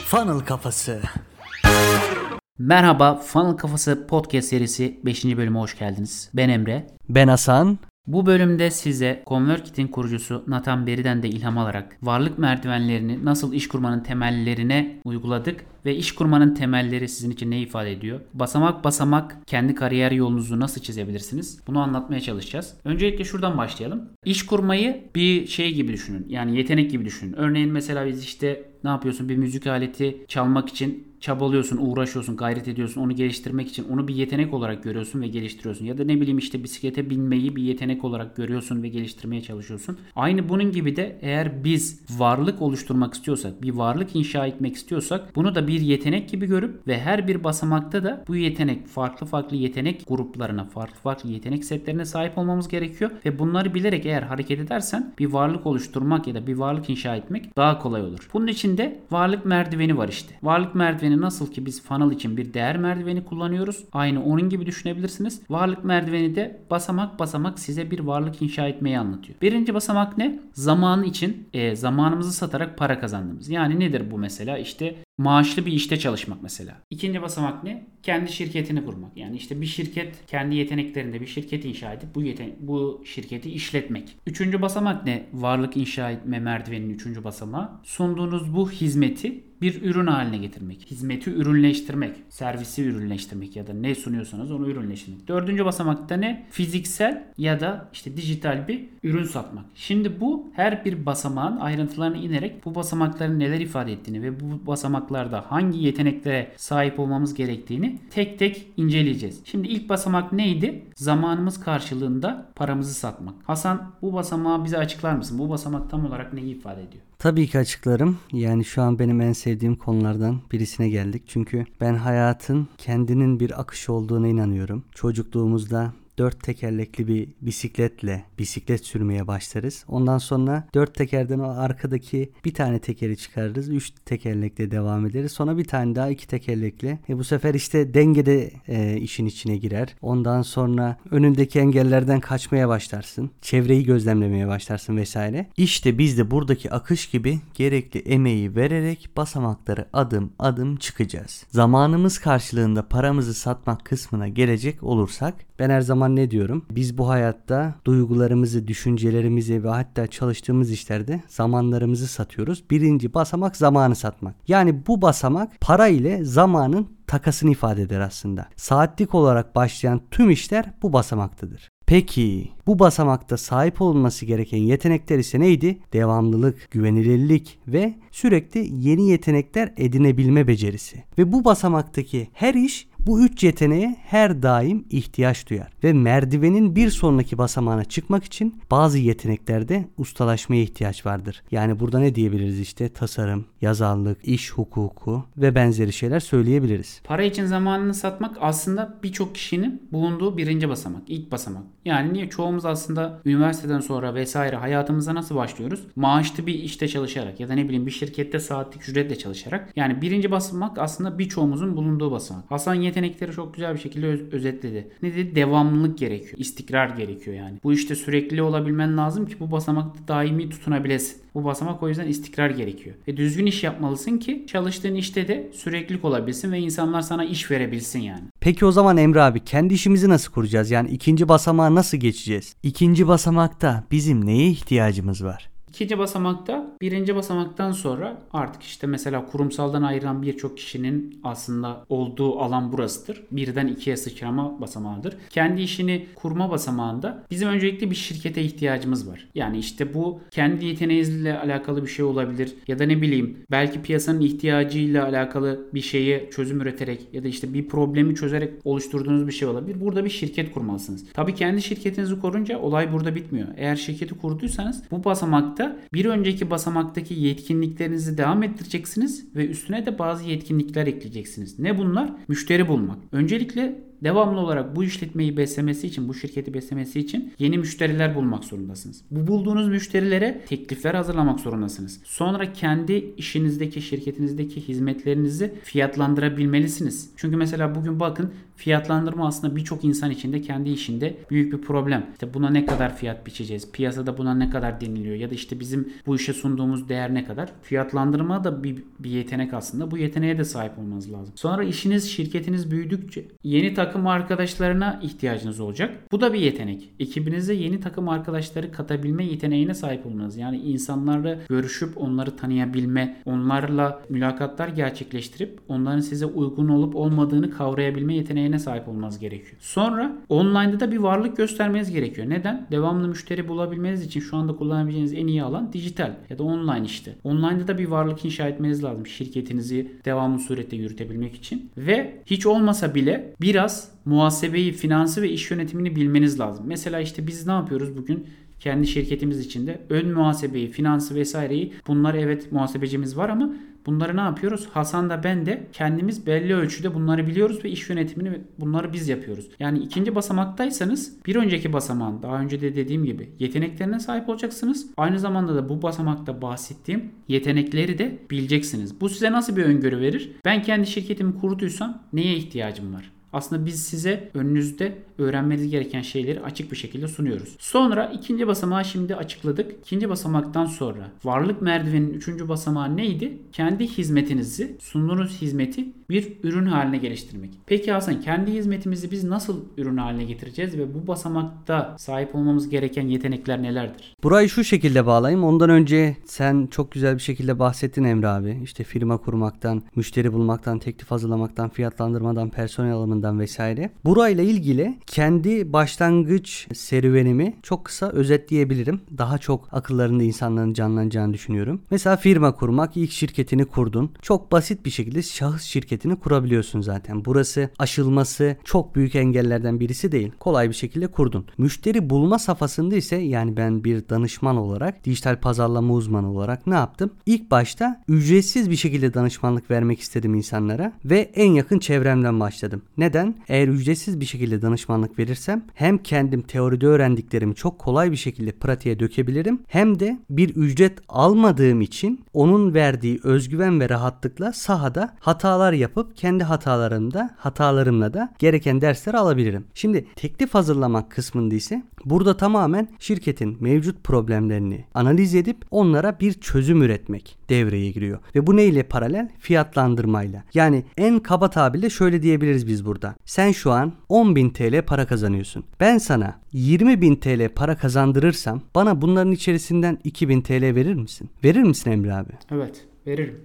Funnel Kafası. Merhaba, Funnel Kafası podcast serisi 5. bölüme hoş geldiniz. Ben Emre. Ben Hasan. Bu bölümde size ConvertKit'in kurucusu Nathan Berry'den de ilham alarak varlık merdivenlerini nasıl iş kurmanın temellerine uyguladık ve iş kurmanın temelleri sizin için ne ifade ediyor? Basamak basamak kendi kariyer yolunuzu nasıl çizebilirsiniz? Bunu anlatmaya çalışacağız. Öncelikle şuradan başlayalım. İş kurmayı bir şey gibi düşünün. Yani yetenek gibi düşünün. Örneğin mesela biz işte ne yapıyorsun? Bir müzik aleti çalmak için çabalıyorsun, uğraşıyorsun, gayret ediyorsun, onu geliştirmek için onu bir yetenek olarak görüyorsun ve geliştiriyorsun. Ya da ne bileyim işte bisiklete binmeyi bir yetenek olarak görüyorsun ve geliştirmeye çalışıyorsun. Aynı bunun gibi de eğer biz varlık oluşturmak istiyorsak, bir varlık inşa etmek istiyorsak bunu da bir yetenek gibi görüp ve her bir basamakta da bu yetenek farklı yetenek gruplarına, farklı yetenek setlerine sahip olmamız gerekiyor ve bunları bilerek eğer hareket edersen bir varlık oluşturmak ya da bir varlık inşa etmek daha kolay olur. Bunun için de varlık merdiveni var işte. Varlık merdiveni nasıl ki biz funnel için bir değer merdiveni kullanıyoruz. Aynı onun gibi düşünebilirsiniz. Varlık merdiveni de basamak basamak size bir varlık inşa etmeyi anlatıyor. Birinci basamak ne? Zaman için zamanımızı satarak para kazandığımız. Yani nedir bu mesela? İşte maaşlı bir işte çalışmak mesela. İkinci basamak ne? Kendi şirketini kurmak. Yani işte bir şirket kendi yeteneklerinde bir şirket inşa edip bu şirketi işletmek. Üçüncü basamak ne? Varlık inşa etme merdiveninin üçüncü basamağı. Sunduğunuz bu hizmeti bir ürün haline getirmek. Hizmeti ürünleştirmek. Servisi ürünleştirmek ya da ne sunuyorsanız onu ürünleştirmek. Dördüncü basamakta ne? Fiziksel ya da işte dijital bir ürün satmak. Şimdi bu her bir basamağın ayrıntılarına inerek bu basamakların neler ifade ettiğini ve bu basamaklarda hangi yeteneklere sahip olmamız gerektiğini tek tek inceleyeceğiz. Şimdi ilk basamak neydi? Zamanımız karşılığında paramızı satmak. Hasan, bu basamağı bize açıklar mısın? Bu basamak tam olarak neyi ifade ediyor? Tabii ki açıklarım. Yani şu an benim en sevdiğim konulardan birisine geldik. Çünkü ben hayatın kendinin bir akışı olduğuna inanıyorum. Çocukluğumuzda 4 tekerlekli bir bisiklet sürmeye başlarız. Ondan sonra 4 tekerden o arkadaki bir tane tekeri çıkarırız. 3 tekerlekle devam ederiz. Sonra bir tane daha 2 tekerlekle. Bu sefer işte dengede işin içine girer. Ondan sonra önündeki engellerden kaçmaya başlarsın. Çevreyi gözlemlemeye başlarsın vesaire. İşte biz de buradaki akış gibi gerekli emeği vererek basamakları adım adım çıkacağız. Zamanımız karşılığında paramızı satmak kısmına gelecek olursak ben her zaman ne diyorum? Biz bu hayatta duygularımızı, düşüncelerimizi ve hatta çalıştığımız işlerde zamanlarımızı satıyoruz. Birinci basamak zamanı satmak. Yani bu basamak para ile zamanın takasını ifade eder aslında. Saatlik olarak başlayan tüm işler bu basamaktadır. Peki bu basamakta sahip olunması gereken yetenekler ise neydi? Devamlılık, güvenilirlik ve sürekli yeni yetenekler edinebilme becerisi. Ve bu basamaktaki her iş bu 3 yeteneğe her daim ihtiyaç duyar ve merdivenin bir sonraki basamağına çıkmak için bazı yeteneklerde ustalaşmaya ihtiyaç vardır. Yani burada ne diyebiliriz işte tasarım, yazarlık, iş hukuku ve benzeri şeyler söyleyebiliriz. Para için zamanını satmak aslında birçok kişinin bulunduğu birinci basamak, ilk basamak. Yani niye çoğumuz aslında üniversiteden sonra vesaire hayatımıza nasıl başlıyoruz? Maaşlı bir işte çalışarak ya da ne bileyim bir şirkette saatlik ücretle çalışarak. Yani birinci basamak aslında birçoğumuzun bulunduğu basamak. Hasan yetenekleri çok güzel bir şekilde özetledi. Ne dedi? Devamlılık gerekiyor. İstikrar gerekiyor yani. Bu işte sürekli olabilmen lazım ki bu basamakta daimi tutunabilesin. Bu basamak o yüzden istikrar gerekiyor. Ve düzgün iş yapmalısın ki çalıştığın işte de süreklilik olabilsin ve insanlar sana iş verebilsin yani. Peki o zaman Emre abi kendi işimizi nasıl kuracağız? Yani ikinci basamağa nasıl geçeceğiz? İkinci basamakta bizim neye ihtiyacımız var? İkinci basamakta birinci basamaktan sonra artık işte mesela kurumsaldan ayrılan birçok kişinin aslında olduğu alan burasıdır. Birden ikiye sıçrama basamağıdır. Kendi işini kurma basamağında bizim öncelikle bir şirkete ihtiyacımız var. Yani işte bu kendi yeteneğinizle alakalı bir şey olabilir ya da ne bileyim belki piyasanın ihtiyacıyla alakalı bir şeye çözüm üreterek ya da işte bir problemi çözerek oluşturduğunuz bir şey olabilir. Burada bir şirket kurmalısınız. Tabii kendi şirketinizi kurunca olay burada bitmiyor. Eğer şirketi kurduysanız bu basamakta bir önceki basamaktaki yetkinliklerinizi devam ettireceksiniz ve üstüne de bazı yetkinlikler ekleyeceksiniz. Ne bunlar? Müşteri bulmak. Öncelikle devamlı olarak bu işletmeyi beslemesi için, bu şirketi beslemesi için yeni müşteriler bulmak zorundasınız. Bu bulduğunuz müşterilere teklifler hazırlamak zorundasınız. Sonra kendi işinizdeki, şirketinizdeki hizmetlerinizi fiyatlandırabilmelisiniz. Çünkü mesela bugün bakın, fiyatlandırma aslında birçok insan için de kendi işinde büyük bir problem. İşte buna ne kadar fiyat biçeceğiz? Piyasada buna ne kadar deniliyor? Ya da işte bizim bu işe sunduğumuz değer ne kadar? Fiyatlandırma da bir yetenek aslında. Bu yeteneğe de sahip olmanız lazım. Sonra işiniz, şirketiniz büyüdükçe yeni takım arkadaşlarına ihtiyacınız olacak. Bu da bir yetenek. Ekibinize yeni takım arkadaşları katabilme yeteneğine sahip olmanız. Yani insanlarla görüşüp onları tanıyabilme, onlarla mülakatlar gerçekleştirip onların size uygun olup olmadığını kavrayabilme yeteneğine sahip olmanız gerekiyor. Sonra online'da da bir varlık göstermeniz gerekiyor. Neden? Devamlı müşteri bulabilmeniz için şu anda kullanabileceğiniz en iyi alan dijital ya da online işte. Online'da da bir varlık inşa etmeniz lazım şirketinizi devamlı surette yürütebilmek için. Ve hiç olmasa bile biraz muhasebeyi, finansı ve iş yönetimini bilmeniz lazım. Mesela işte biz ne yapıyoruz bugün? Kendi şirketimiz içinde ön muhasebeyi, finansı vesaireyi, bunlar evet muhasebecimiz var ama bunları ne yapıyoruz? Hasan da ben de kendimiz belli ölçüde bunları biliyoruz ve iş yönetimini bunları biz yapıyoruz. Yani ikinci basamaktaysanız bir önceki basamağın, daha önce de dediğim gibi yeteneklerine sahip olacaksınız. Aynı zamanda da bu basamakta bahsettiğim yetenekleri de bileceksiniz. Bu size nasıl bir öngörü verir? Ben kendi şirketimi kurduysam neye ihtiyacım var? Aslında biz size önünüzde öğrenmeniz gereken şeyleri açık bir şekilde sunuyoruz. Sonra ikinci basamağı şimdi açıkladık. İkinci basamaktan sonra varlık merdiveninin üçüncü basamağı neydi? Kendi hizmetinizi, sunduğunuz hizmeti bir ürün haline geliştirmek. Peki Hasan, kendi hizmetimizi biz nasıl ürün haline getireceğiz ve bu basamakta sahip olmamız gereken yetenekler nelerdir? Burayı şu şekilde bağlayayım. Ondan önce sen çok güzel bir şekilde bahsettin Emre abi. İşte firma kurmaktan, müşteri bulmaktan, teklif hazırlamaktan, fiyatlandırmadan, personel alımından vesaire. Burayla ilgili kendi başlangıç serüvenimi çok kısa özetleyebilirim. Daha çok akıllarında insanların canlanacağını düşünüyorum. Mesela firma kurmak, ilk şirketini kurdun. Çok basit bir şekilde şahıs şirketini kurabiliyorsun zaten. Burası aşılması çok büyük engellerden birisi değil. Kolay bir şekilde kurdun. Müşteri bulma safhasında ise yani ben bir danışman olarak, dijital pazarlama uzmanı olarak ne yaptım? İlk başta ücretsiz bir şekilde danışmanlık vermek istedim insanlara ve en yakın çevremden başladım. Neden? Eğer ücretsiz bir şekilde danışmanlık verirsem hem kendim teoride öğrendiklerimi çok kolay bir şekilde pratiğe dökebilirim hem de bir ücret almadığım için onun verdiği özgüven ve rahatlıkla sahada hatalar yapıp kendi hatalarımla da gereken dersler alabilirim. Şimdi teklif hazırlamak kısmında ise burada tamamen şirketin mevcut problemlerini analiz edip onlara bir çözüm üretmek devreye giriyor. Ve bu neyle paralel? Fiyatlandırmayla. Yani en kaba tabirle şöyle diyebiliriz biz burada. Sen şu an 10.000 TL para kazanıyorsun. Ben sana 20.000 TL para kazandırırsam bana bunların içerisinden 2.000 TL verir misin? Verir misin Emre abi? Evet, veririm.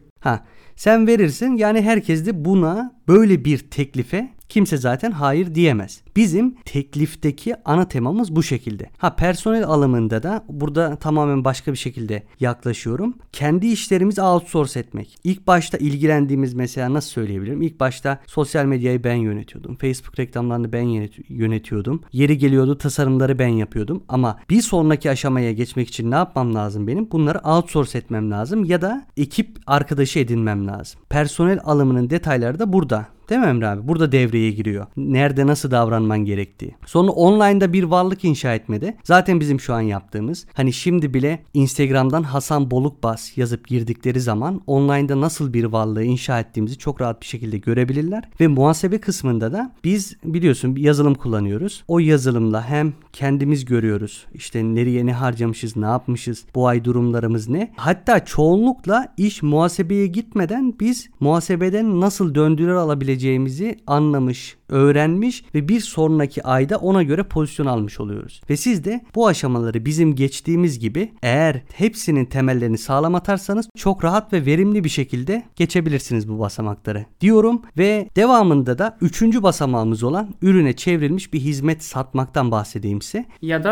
Sen verirsin, yani herkes de buna, böyle bir teklife kimse zaten hayır diyemez. Bizim teklifteki ana temamız bu şekilde. Personel alımında da burada tamamen başka bir şekilde yaklaşıyorum. Kendi işlerimizi outsource etmek. İlk başta ilgilendiğimiz, mesela nasıl söyleyebilirim? İlk başta sosyal medyayı ben yönetiyordum. Facebook reklamlarını ben yönetiyordum. Yeri geliyordu tasarımları ben yapıyordum. Ama bir sonraki aşamaya geçmek için ne yapmam lazım benim? Bunları outsource etmem lazım ya da ekip arkadaşı edinmem lazım. Personel alımının detayları da burada. Değil mi Emre abi? Burada devreye giriyor. Nerede nasıl davranman gerektiği. Sonra online'da bir varlık inşa etmede zaten bizim şu an yaptığımız, hani şimdi bile Instagram'dan Hasan Bolukbas yazıp girdikleri zaman online'da nasıl bir varlığı inşa ettiğimizi çok rahat bir şekilde görebilirler. Ve muhasebe kısmında da biz biliyorsun bir yazılım kullanıyoruz. O yazılımla hem kendimiz görüyoruz. İşte nereye ne harcamışız, ne yapmışız, bu ay durumlarımız ne. Hatta çoğunlukla iş muhasebeye gitmeden biz muhasebeden nasıl döndürer alabileceğimizi anlamış, öğrenmiş ve bir sonraki ayda ona göre pozisyon almış oluyoruz. Ve siz de bu aşamaları bizim geçtiğimiz gibi eğer hepsinin temellerini sağlam atarsanız çok rahat ve verimli bir şekilde geçebilirsiniz bu basamakları diyorum ve devamında da 3. basamağımız olan ürüne çevrilmiş bir hizmet satmaktan bahsedeyim size. Ya da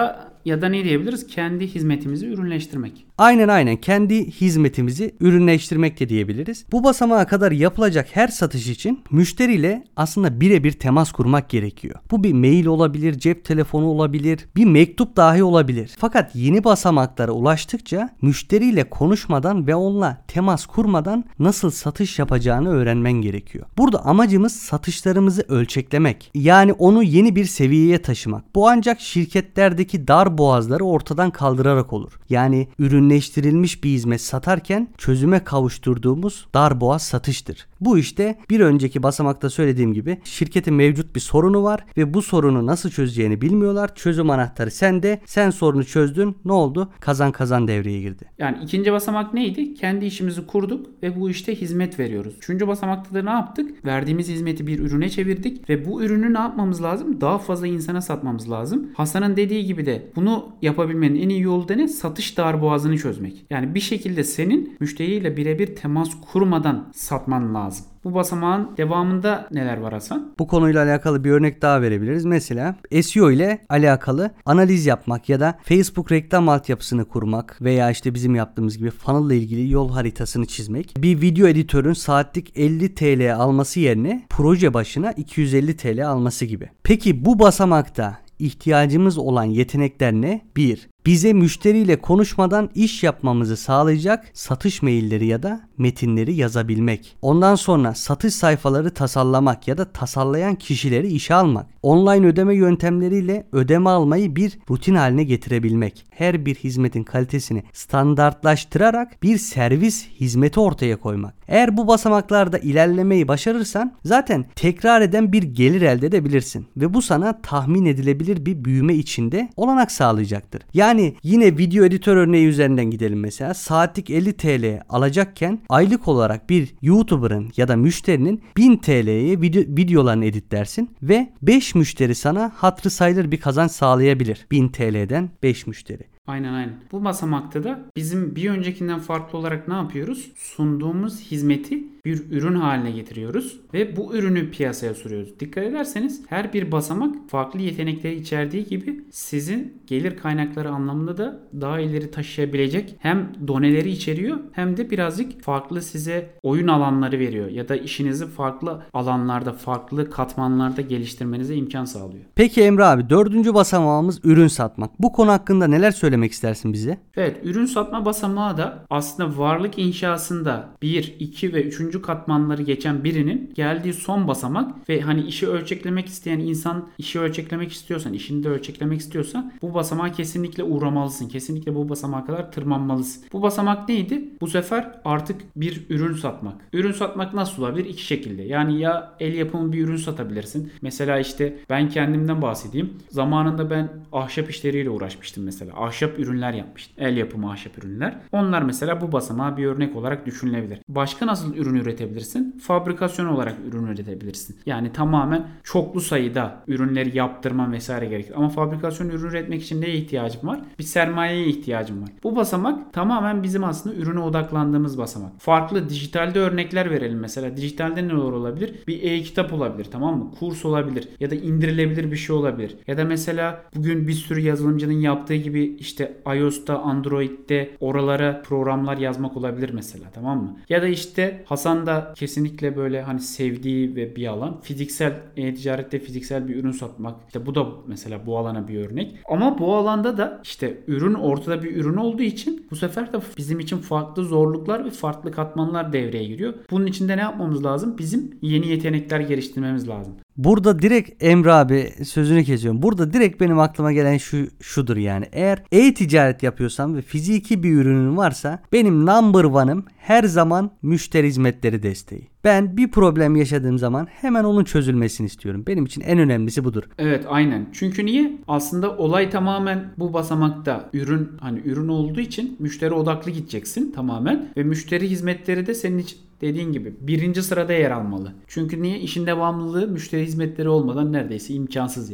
Ya da ne diyebiliriz? Kendi hizmetimizi ürünleştirmek. Aynen kendi hizmetimizi ürünleştirmek de diyebiliriz. Bu basamağa kadar yapılacak her satış için müşteriyle aslında birebir temas kurmak gerekiyor. Bu bir mail olabilir, cep telefonu olabilir, bir mektup dahi olabilir. Fakat yeni basamaklara ulaştıkça müşteriyle konuşmadan ve onunla temas kurmadan nasıl satış yapacağını öğrenmen gerekiyor. Burada amacımız satışlarımızı ölçeklemek. Yani onu yeni bir seviyeye taşımak. Bu ancak şirketlerdeki dar boğazları ortadan kaldırarak olur. Yani ürünleştirilmiş bir hizmet satarken çözüme kavuşturduğumuz dar boğaz satıştır. Bu işte bir önceki basamakta söylediğim gibi şirketin mevcut bir sorunu var ve bu sorunu nasıl çözeceğini bilmiyorlar. Çözüm anahtarı sende. Sen sorunu çözdün. Ne oldu? Kazan kazan devreye girdi. Yani ikinci basamak neydi? Kendi işimizi kurduk ve bu işte hizmet veriyoruz. Üçüncü basamakta da ne yaptık? Verdiğimiz hizmeti bir ürüne çevirdik ve bu ürünü ne yapmamız lazım? Daha fazla insana satmamız lazım. Hasan'ın dediği gibi de bunu yapabilmenin en iyi yolu da ne? Satış darboğazını çözmek. Yani bir şekilde senin müşteriyle birebir temas kurmadan satman lazım. Bu basamağın devamında neler var Hasan? Bu konuyla alakalı bir örnek daha verebiliriz. Mesela SEO ile alakalı analiz yapmak ya da Facebook reklam altyapısını kurmak veya işte bizim yaptığımız gibi funnel ile ilgili yol haritasını çizmek. Bir video editörün saatlik 50 TL alması yerine proje başına 250 TL alması gibi. Peki bu basamakta ihtiyacımız olan yetenekler ne? 1. Bize müşteriyle konuşmadan iş yapmamızı sağlayacak satış mailleri ya da metinleri yazabilmek. Ondan sonra satış sayfaları tasarlamak ya da tasarlayan kişileri işe almak. Online ödeme yöntemleriyle ödeme almayı bir rutin haline getirebilmek. Her bir hizmetin kalitesini standartlaştırarak bir servis hizmeti ortaya koymak. Eğer bu basamaklarda ilerlemeyi başarırsan zaten tekrar eden bir gelir elde edebilirsin. Ve bu sana tahmin edilebilir bir büyüme içinde olanak sağlayacaktır. Yani yine video editör örneği üzerinden gidelim mesela. Saatlik 50 TL alacakken aylık olarak bir YouTuber'ın ya da müşterinin 1000 TL'ye videolarını editlersin ve 5 müşteri sana hatırı sayılır bir kazanç sağlayabilir. 1000 TL'den 5 müşteri. Aynen. Bu basamakta da bizim bir öncekinden farklı olarak ne yapıyoruz? Sunduğumuz hizmeti bir ürün haline getiriyoruz ve bu ürünü piyasaya sürüyoruz. Dikkat ederseniz her bir basamak farklı yetenekleri içerdiği gibi sizin gelir kaynakları anlamında da daha ileri taşıyabilecek hem doneleri içeriyor hem de birazcık farklı size oyun alanları veriyor ya da işinizi farklı alanlarda, farklı katmanlarda geliştirmenize imkan sağlıyor. Peki Emre abi, 4. basamağımız ürün satmak. Bu konu hakkında neler söylemek istersin bize? Evet, ürün satma basamağı da aslında varlık inşasında 1, 2 ve 3. katmanları geçen birinin geldiği son basamak ve hani işi ölçeklemek isteyen insan işi ölçeklemek istiyorsan, işini de ölçeklemek istiyorsan bu basamağa kesinlikle uğramalısın. Kesinlikle bu basamağa kadar tırmanmalısın. Bu basamak neydi? Bu sefer artık bir ürün satmak. Ürün satmak nasıl olabilir? İki şekilde. Yani ya el yapımı bir ürün satabilirsin. Mesela işte ben kendimden bahsedeyim. Zamanında ben ahşap işleriyle uğraşmıştım mesela. Ahşap ürünler yapmıştım. El yapımı ahşap ürünler. Onlar mesela bu basamağa bir örnek olarak düşünülebilir. Başka nasıl ürün üretebilirsin? Fabrikasyon olarak ürün üretebilirsin. Yani tamamen çoklu sayıda ürünleri yaptırman vesaire gerekir. Ama fabrikasyon ürün üretmek için neye ihtiyacım var? Bir sermayeye ihtiyacım var. Bu basamak tamamen bizim aslında ürüne odaklandığımız basamak. Farklı dijitalde örnekler verelim mesela. Dijitalde ne olabilir? Bir e-kitap olabilir, tamam mı? Kurs olabilir ya da indirilebilir bir şey olabilir. Ya da mesela bugün bir sürü yazılımcının yaptığı gibi işte iOS'ta, Android'de oralara programlar yazmak olabilir mesela, tamam mı? Ya da işte Hasan da kesinlikle böyle hani sevdiği ve bir alan fiziksel ticarette fiziksel bir ürün satmak. İşte bu da mesela bu alana bir örnek. Ama bu alanda da işte ürün ortada bir ürün olduğu için bu sefer de bizim için farklı zorluklar ve farklı katmanlar devreye giriyor. Bunun için de ne yapmamız lazım? Bizim yeni yetenekler geliştirmemiz lazım. Burada direkt Emre abi, sözünü kesiyorum. Burada direkt benim aklıma gelen şudur yani. Eğer e-ticaret yapıyorsam ve fiziki bir ürünün varsa benim number one'ım her zaman müşteri hizmetleri desteği. Ben bir problem yaşadığım zaman hemen onun çözülmesini istiyorum. Benim için en önemlisi budur. Evet, aynen. Çünkü niye? Aslında olay tamamen bu basamakta ürün olduğu için müşteri odaklı gideceksin tamamen ve müşteri hizmetleri de senin için dediğin gibi birinci sırada yer almalı. Çünkü niye? İşin devamlılığı müşteri hizmetleri olmadan neredeyse imkansız yani.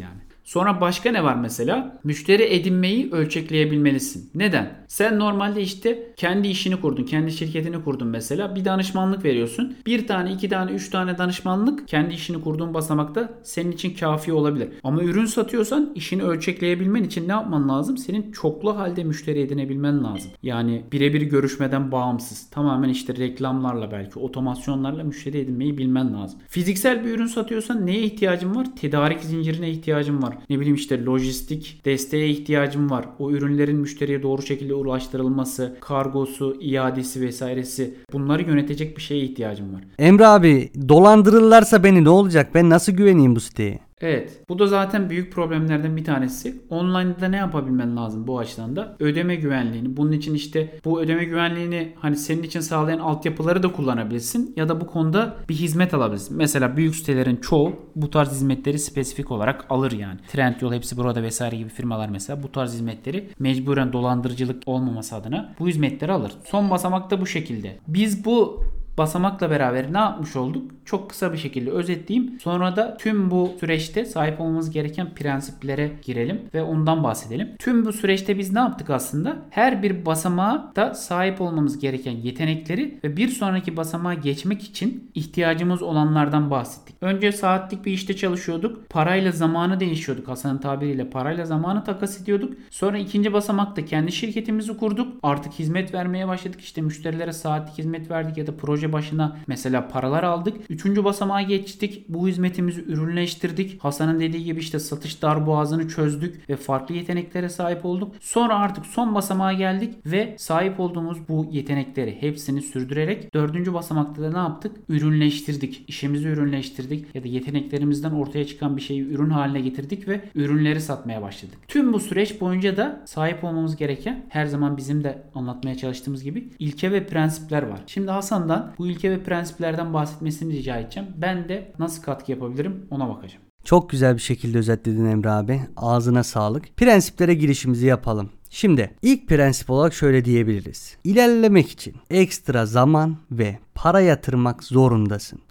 Sonra başka ne var mesela? Müşteri edinmeyi ölçekleyebilmelisin. Neden? Sen normalde işte kendi işini kurdun, kendi şirketini kurdun mesela. Bir danışmanlık veriyorsun. Bir tane, iki tane, üç tane danışmanlık kendi işini kurduğun basamakta senin için kafi olabilir. Ama ürün satıyorsan işini ölçekleyebilmen için ne yapman lazım? Senin çoklu halde müşteri edinebilmen lazım. Yani birebir görüşmeden bağımsız. Tamamen işte reklamlarla, belki otomasyonlarla müşteri edinmeyi bilmen lazım. Fiziksel bir ürün satıyorsan neye ihtiyacın var? Tedarik zincirine ihtiyacın var. Ne bileyim işte lojistik desteğe ihtiyacın var. O ürünlerin müşteriye doğru şekilde ulaştırılması, kargosu, iadesi vesairesi, bunları yönetecek bir şeye ihtiyacın var. Emre abi, dolandırırlarsa beni ne olacak? Ben nasıl güveneyim bu siteye? Evet. Bu da zaten büyük problemlerden bir tanesi. Online'da ne yapabilmen lazım bu açıdan da? Ödeme güvenliğini. Bunun için işte bu ödeme güvenliğini hani senin için sağlayan altyapıları da kullanabilirsin. Ya da bu konuda bir hizmet alabilirsin. Mesela büyük sitelerin çoğu bu tarz hizmetleri spesifik olarak alır yani. Trendyol, hepsi burada vesaire gibi firmalar mesela bu tarz hizmetleri mecburen dolandırıcılık olmaması adına bu hizmetleri alır. Son basamak da bu şekilde. Biz bu basamakla beraber ne yapmış olduk? Çok kısa bir şekilde özetleyeyim. Sonra da tüm bu süreçte sahip olmamız gereken prensiplere girelim ve ondan bahsedelim. Tüm bu süreçte biz ne yaptık aslında? Her bir basamağa da sahip olmamız gereken yetenekleri ve bir sonraki basamağa geçmek için ihtiyacımız olanlardan bahsettik. Önce saatlik bir işte çalışıyorduk. Parayla zamanı değişiyorduk. Hasan'ın tabiriyle parayla zamanı takas ediyorduk. Sonra ikinci basamakta kendi şirketimizi kurduk. Artık hizmet vermeye başladık. İşte müşterilere saatlik hizmet verdik ya da proje başına mesela paralar aldık. Üçüncü basamağa geçtik. Bu hizmetimizi ürünleştirdik. Hasan'ın dediği gibi işte satış darboğazını çözdük ve farklı yeteneklere sahip olduk. Sonra artık son basamağa geldik ve sahip olduğumuz bu yetenekleri hepsini sürdürerek dördüncü basamakta da ne yaptık? Ürünleştirdik. İşimizi ürünleştirdik ya da yeteneklerimizden ortaya çıkan bir şeyi ürün haline getirdik ve ürünleri satmaya başladık. Tüm bu süreç boyunca da sahip olmamız gereken, her zaman bizim de anlatmaya çalıştığımız gibi, ilke ve prensipler var. Şimdi Hasan'dan bu ilke ve prensiplerden bahsetmesini rica edeceğim. Ben de nasıl katkı yapabilirim ona bakacağım. Çok güzel bir şekilde özetledin Emre abi. Ağzına sağlık. Prensiplere girişimizi yapalım. Şimdi ilk prensip olarak şöyle diyebiliriz. İlerlemek için ekstra zaman ve para yatırmak zorundasın.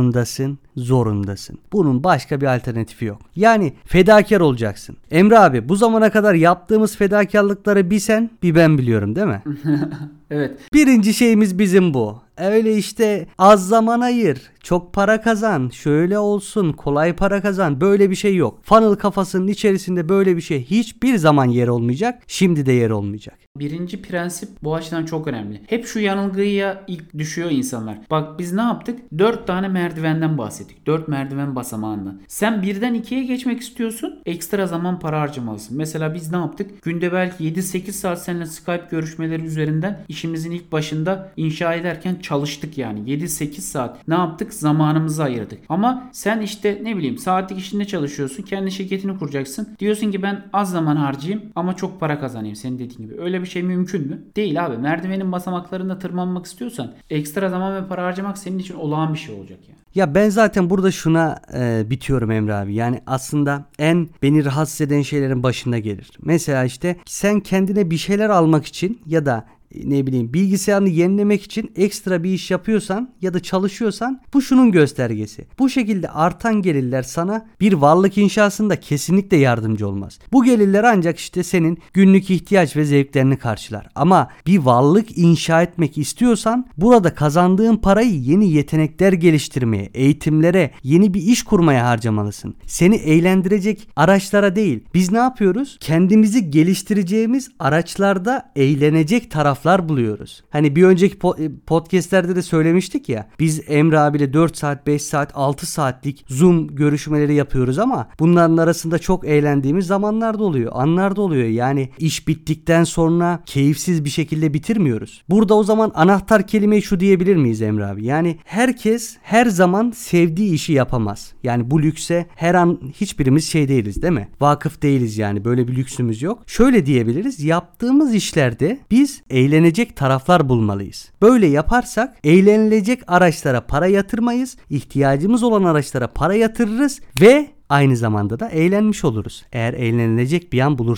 Zorundasın. Bunun başka bir alternatifi yok. Yani fedakar olacaksın. Emre abi, bu zamana kadar yaptığımız fedakarlıkları bir sen bir ben biliyorum değil mi? Evet. Birinci şeyimiz bizim bu. Öyle işte az zaman ayır, çok para kazan, şöyle olsun, kolay para kazan, böyle bir şey yok. Funnel kafasının içerisinde böyle bir şey hiçbir zaman yer olmayacak. Şimdi de yer olmayacak. Birinci prensip bu açıdan çok önemli. Hep şu yanılgıya ilk düşüyor insanlar. Bak biz ne yaptık? 4 tane merdivenden bahsettik. 4 merdiven basamağından. Sen birden 2'ye geçmek istiyorsun. Ekstra zaman para harcamalısın. Mesela biz ne yaptık? Günde belki 7-8 saat seninle Skype görüşmeleri üzerinden işimizin ilk başında inşa ederken çalıştık yani. 7-8 saat ne yaptık? Zamanımızı ayırdık. Ama sen işte ne bileyim saatlik işinde çalışıyorsun. Kendi şirketini kuracaksın. Diyorsun ki ben az zaman harcayayım ama çok para kazanayım senin dediğin gibi. Öyle bir şey mümkün mü? Değil abi. Merdivenin basamaklarında tırmanmak istiyorsan ekstra zaman ve para harcamak senin için olağan bir şey olacak yani. Ya ben zaten burada şuna bitiyorum Emre abi. Yani aslında en beni rahatsız eden şeylerin başında gelir. Mesela işte sen kendine bir şeyler almak için ya da ne bileyim bilgisayarını yenilemek için ekstra bir iş yapıyorsan ya da çalışıyorsan bu şunun göstergesi. Bu şekilde artan gelirler sana bir varlık inşasında kesinlikle yardımcı olmaz. Bu gelirler ancak işte senin günlük ihtiyaç ve zevklerini karşılar. Ama bir varlık inşa etmek istiyorsan burada kazandığın parayı yeni yetenekler geliştirmeye, eğitimlere, yeni bir iş kurmaya harcamalısın. Seni eğlendirecek araçlara değil. Biz ne yapıyoruz? Kendimizi geliştireceğimiz araçlarda eğlenecek taraf buluyoruz. Hani bir önceki podcastlerde de söylemiştik ya, biz Emre abiyle 4 saat, 5 saat, 6 saatlik Zoom görüşmeleri yapıyoruz ama bunların arasında çok eğlendiğimiz zamanlar da oluyor, anlar da oluyor. Yani iş bittikten sonra keyifsiz bir şekilde bitirmiyoruz. Burada o zaman anahtar kelimeyi şu diyebilir miyiz Emre abi? Yani herkes her zaman sevdiği işi yapamaz. Yani bu lükse her an hiçbirimiz şey değiliz değil mi? Vakıf değiliz yani, böyle bir lüksümüz yok. Şöyle diyebiliriz, yaptığımız işlerde biz eğlenecek taraflar bulmalıyız. Böyle yaparsak eğlenilecek araçlara para yatırmayız, ihtiyacımız olan araçlara para yatırırız ve aynı zamanda da eğlenmiş oluruz. Eğer eğlenilecek bir an bulursak.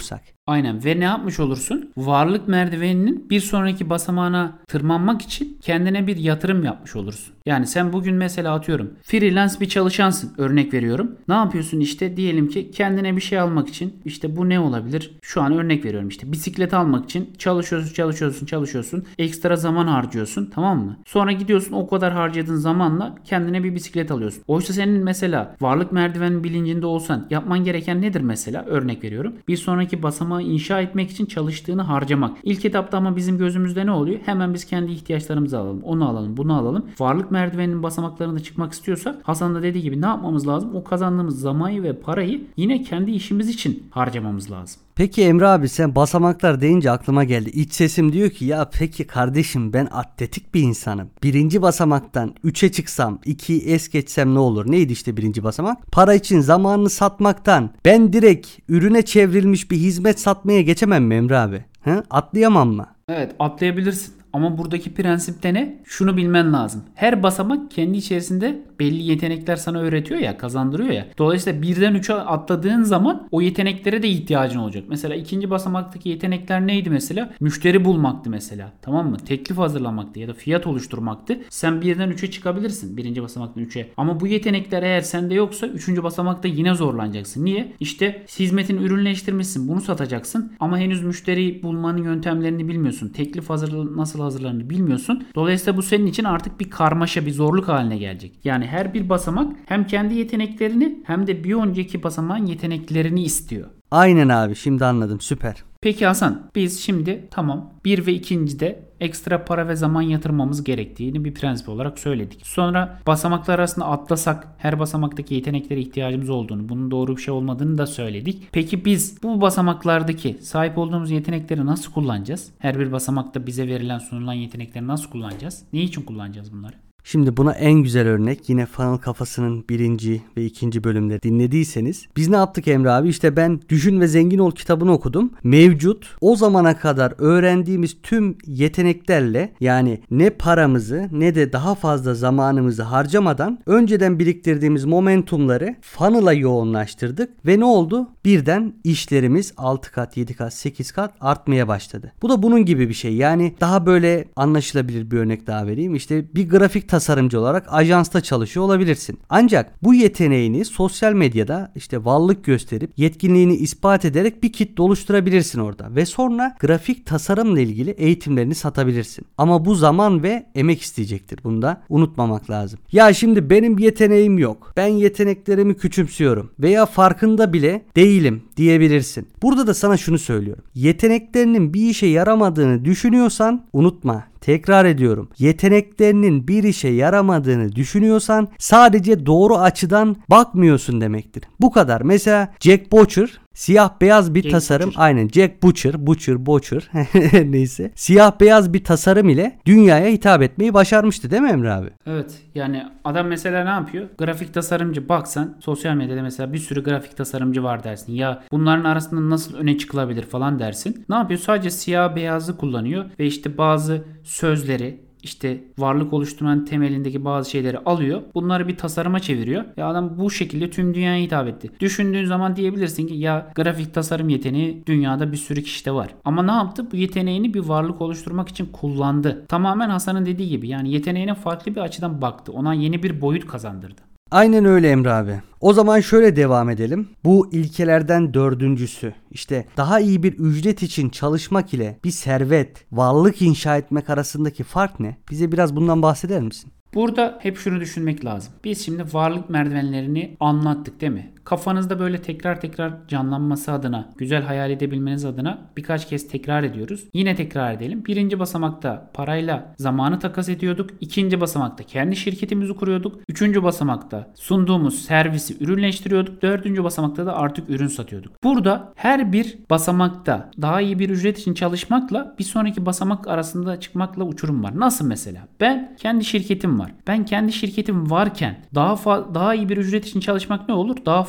Aynen, ve ne yapmış olursun? Varlık merdiveninin bir sonraki basamağına tırmanmak için kendine bir yatırım yapmış olursun. Yani sen bugün mesela atıyorum freelance bir çalışansın, örnek veriyorum. Ne yapıyorsun işte, diyelim ki kendine bir şey almak için, işte bu ne olabilir? Şu an örnek veriyorum, işte bisiklet almak için çalışıyorsun. Ekstra zaman harcıyorsun, tamam mı? Sonra gidiyorsun, o kadar harcadığın zamanla kendine bir bisiklet alıyorsun. Oysa senin mesela varlık merdivenin bilincinde olsan yapman gereken nedir mesela? Örnek veriyorum. Bir sonraki basamağı inşa etmek için çalıştığını harcamak. İlk etapta ama bizim gözümüzde ne oluyor? Hemen biz kendi ihtiyaçlarımızı alalım. Onu alalım, bunu alalım. Varlık merdiveninin basamaklarında çıkmak istiyorsak, Hasan da dediği gibi ne yapmamız lazım? O kazandığımız zamanı ve parayı yine kendi işimiz için harcamamız lazım. Peki Emre abi, sen basamaklar deyince aklıma geldi. İç sesim diyor ki ya peki kardeşim, ben atletik bir insanım. Birinci basamaktan 3'e çıksam, 2'yi es geçsem ne olur? Neydi işte birinci basamak? Para için zamanını satmaktan ben direkt ürüne çevrilmiş bir hizmet satmaya geçemem mi Emre abi? Atlayamam mı? Evet, atlayabilirsin. Ama buradaki prensipte ne? Şunu bilmen lazım. Her basamak kendi içerisinde belli yetenekler sana öğretiyor ya, kazandırıyor ya. Dolayısıyla birden 3'e atladığın zaman o yeteneklere de ihtiyacın olacak. Mesela ikinci basamaktaki yetenekler neydi mesela? Müşteri bulmaktı mesela. Tamam mı? Teklif hazırlamaktı ya da fiyat oluşturmaktı. Sen birden 3'e çıkabilirsin. Birinci basamaktan 3'e. Ama bu yetenekler eğer sende yoksa 3. basamakta yine zorlanacaksın. Niye? İşte hizmetin ürünleştirmişsin. Bunu satacaksın. Ama henüz müşteri bulmanın yöntemlerini bilmiyorsun. Teklif nasıl hazırlanır bilmiyorsun. Dolayısıyla bu senin için artık bir karmaşa, bir zorluk haline gelecek. Yani her bir basamak hem kendi yeteneklerini hem de bir önceki basamağın yeteneklerini istiyor. Aynen abi, şimdi anladım, süper. Peki Hasan, biz şimdi tamam 1 ve 2.'de ekstra para ve zaman yatırmamız gerektiğini bir prensip olarak söyledik. Sonra basamaklar arasında atlasak her basamaktaki yeteneklere ihtiyacımız olduğunu, bunun doğru bir şey olmadığını da söyledik. Peki biz bu basamaklardaki sahip olduğumuz yetenekleri nasıl kullanacağız? Her bir basamakta bize verilen, sunulan yetenekleri nasıl kullanacağız? Ne için kullanacağız bunları? Şimdi buna en güzel örnek yine Funnel Kafası'nın 1. ve 2. bölümleri dinlediyseniz biz ne yaptık Emre abi? İşte ben Düşün ve Zengin Ol kitabını okudum. Mevcut o zamana kadar öğrendiğimiz tüm yeteneklerle, yani ne paramızı ne de daha fazla zamanımızı harcamadan önceden biriktirdiğimiz momentumları funnel'a yoğunlaştırdık ve ne oldu? Birden işlerimiz 6 kat, 7 kat, 8 kat artmaya başladı. Bu da bunun gibi bir şey. Yani daha böyle anlaşılabilir bir örnek daha vereyim. İşte bir grafik tasarımcı olarak ajansta çalışıyor olabilirsin. Ancak bu yeteneğini sosyal medyada işte varlık gösterip yetkinliğini ispat ederek bir kitle oluşturabilirsin orada ve sonra grafik tasarımla ilgili eğitimlerini satabilirsin. Ama bu zaman ve emek isteyecektir. Bunu da unutmamak lazım. Ya şimdi benim yeteneğim yok, ben yeteneklerimi küçümsüyorum veya farkında bile değilim diyebilirsin. Burada da sana şunu söylüyorum. Yeteneklerinin bir işe yaramadığını düşünüyorsan unutma. Tekrar ediyorum. Yeteneklerinin bir işe yaramadığını düşünüyorsan sadece doğru açıdan bakmıyorsun demektir. Bu kadar. Mesela Jack Butcher siyah beyaz bir Jack tasarım. Butcher. Aynen, Jack Butcher neyse. Siyah beyaz bir tasarım ile dünyaya hitap etmeyi başarmıştı değil mi Emre abi? Evet, yani adam mesela ne yapıyor? Grafik tasarımcı, baksan sosyal medyada mesela bir sürü grafik tasarımcı var dersin. Ya bunların arasında nasıl öne çıkılabilir falan dersin. Ne yapıyor? Sadece siyah beyazı kullanıyor ve işte bazı sözleri, işte varlık oluşturmanın temelindeki bazı şeyleri alıyor. Bunları bir tasarıma çeviriyor. Ve adam bu şekilde tüm dünyaya hitap etti. Düşündüğün zaman diyebilirsin ki ya grafik tasarım yeteneği dünyada bir sürü kişide var. Ama ne yaptı? Bu yeteneğini bir varlık oluşturmak için kullandı. Tamamen Hasan'ın dediği gibi, yani yeteneğine farklı bir açıdan baktı. Ona yeni bir boyut kazandırdı. Aynen öyle Emre abi. O zaman şöyle devam edelim. Bu ilkelerden 4.'sü. İşte daha iyi bir ücret için çalışmak ile bir servet, varlık inşa etmek arasındaki fark ne? Bize biraz bundan bahseder misin? Burada hep şunu düşünmek lazım. Biz şimdi varlık merdivenlerini anlattık değil mi? Kafanızda böyle tekrar canlanması adına, güzel hayal edebilmeniz adına birkaç kez tekrar ediyoruz. Yine tekrar edelim. Birinci basamakta parayla zamanı takas ediyorduk. İkinci basamakta kendi şirketimizi kuruyorduk. Üçüncü basamakta sunduğumuz servisi ürünleştiriyorduk. Dördüncü basamakta da artık ürün satıyorduk. Burada her bir basamakta daha iyi bir ücret için çalışmakla bir sonraki basamak arasında çıkmakla uçurum var. Nasıl mesela? Ben kendi şirketim var. Ben kendi şirketim varken daha iyi bir ücret için çalışmak ne olur? Daha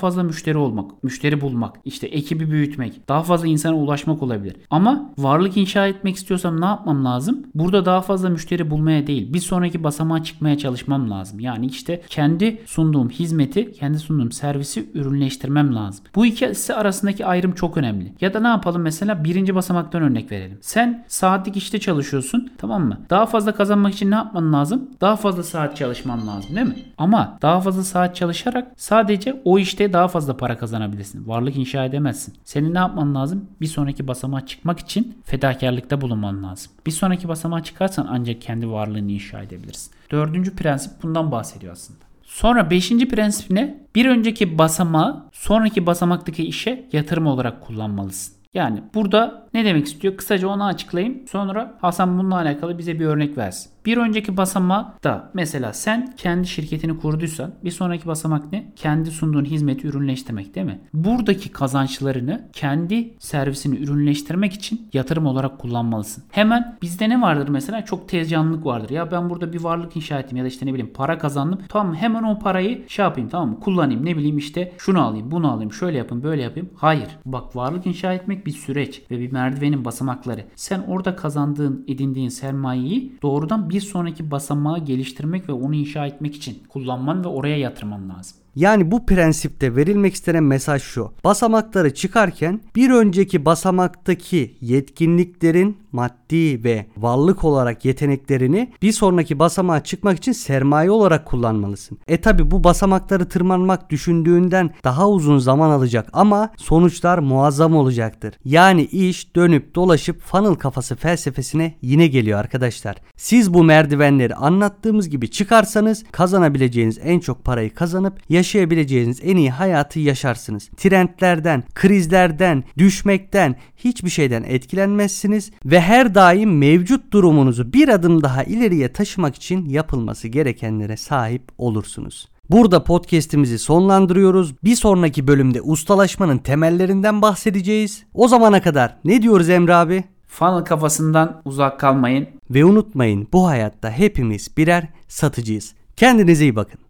fazla müşteri olmak, müşteri bulmak, işte ekibi büyütmek, daha fazla insana ulaşmak olabilir. Ama varlık inşa etmek istiyorsam ne yapmam lazım? Burada daha fazla müşteri bulmaya değil, bir sonraki basamağa çıkmaya çalışmam lazım. Yani işte kendi sunduğum hizmeti, kendi sunduğum servisi ürünleştirmem lazım. Bu ikisi arasındaki ayrım çok önemli. Ya da ne yapalım, mesela birinci basamaktan örnek verelim. Sen saatlik işte çalışıyorsun, tamam mı? Daha fazla kazanmak için ne yapman lazım? Daha fazla saat çalışman lazım, değil mi? Ama daha fazla saat çalışarak sadece o işte daha fazla para kazanabilirsin. Varlık inşa edemezsin. Senin ne yapman lazım? Bir sonraki basamağa çıkmak için fedakarlıkta bulunman lazım. Bir sonraki basamağa çıkarsan ancak kendi varlığını inşa edebilirsin. Dördüncü prensip bundan bahsediyor aslında. Sonra 5. prensip ne? Bir önceki basamağı sonraki basamaktaki işe yatırım olarak kullanmalısın. Yani burada ne demek istiyor? Kısaca onu açıklayayım. Sonra Hasan bununla alakalı bize bir örnek versin. Bir önceki basamakta mesela sen kendi şirketini kurduysan bir sonraki basamak ne? Kendi sunduğun hizmeti ürünleştirmek, değil mi? Buradaki kazançlarını kendi servisini ürünleştirmek için yatırım olarak kullanmalısın. Hemen bizde ne vardır mesela? Çok tezcanlılık vardır. Ya ben burada bir varlık inşa ettim ya da işte ne bileyim para kazandım. Tamam mı? Hemen o parayı yapayım, tamam mı? Kullanayım, ne bileyim işte şunu alayım, bunu alayım, şöyle yapayım, böyle yapayım. Hayır. Bak, varlık inşa etmek bir süreç ve bir merdivenin basamakları. Sen orada kazandığın, edindiğin sermayeyi doğrudan bir sonraki basamağı geliştirmek ve onu inşa etmek için kullanman ve oraya yatırman lazım. Yani bu prensipte verilmek istenen mesaj şu: basamakları çıkarken bir önceki basamaktaki yetkinliklerin maddi ve varlık olarak yeteneklerini bir sonraki basamağa çıkmak için sermaye olarak kullanmalısın. Tabi bu basamakları tırmanmak düşündüğünden daha uzun zaman alacak ama sonuçlar muazzam olacaktır. Yani iş dönüp dolaşıp funnel kafası felsefesine yine geliyor arkadaşlar. Siz bu merdivenleri anlattığımız gibi çıkarsanız kazanabileceğiniz en çok parayı kazanıp yaşayabileceğiniz en iyi hayatı yaşarsınız. Trendlerden, krizlerden, düşmekten, hiçbir şeyden etkilenmezsiniz ve her daim mevcut durumunuzu bir adım daha ileriye taşımak için yapılması gerekenlere sahip olursunuz. Burada podcast'imizi sonlandırıyoruz. Bir sonraki bölümde ustalaşmanın temellerinden bahsedeceğiz. O zamana kadar ne diyoruz Emre abi? Funnel kafasından uzak kalmayın. Ve unutmayın, bu hayatta hepimiz birer satıcıyız. Kendinize iyi bakın.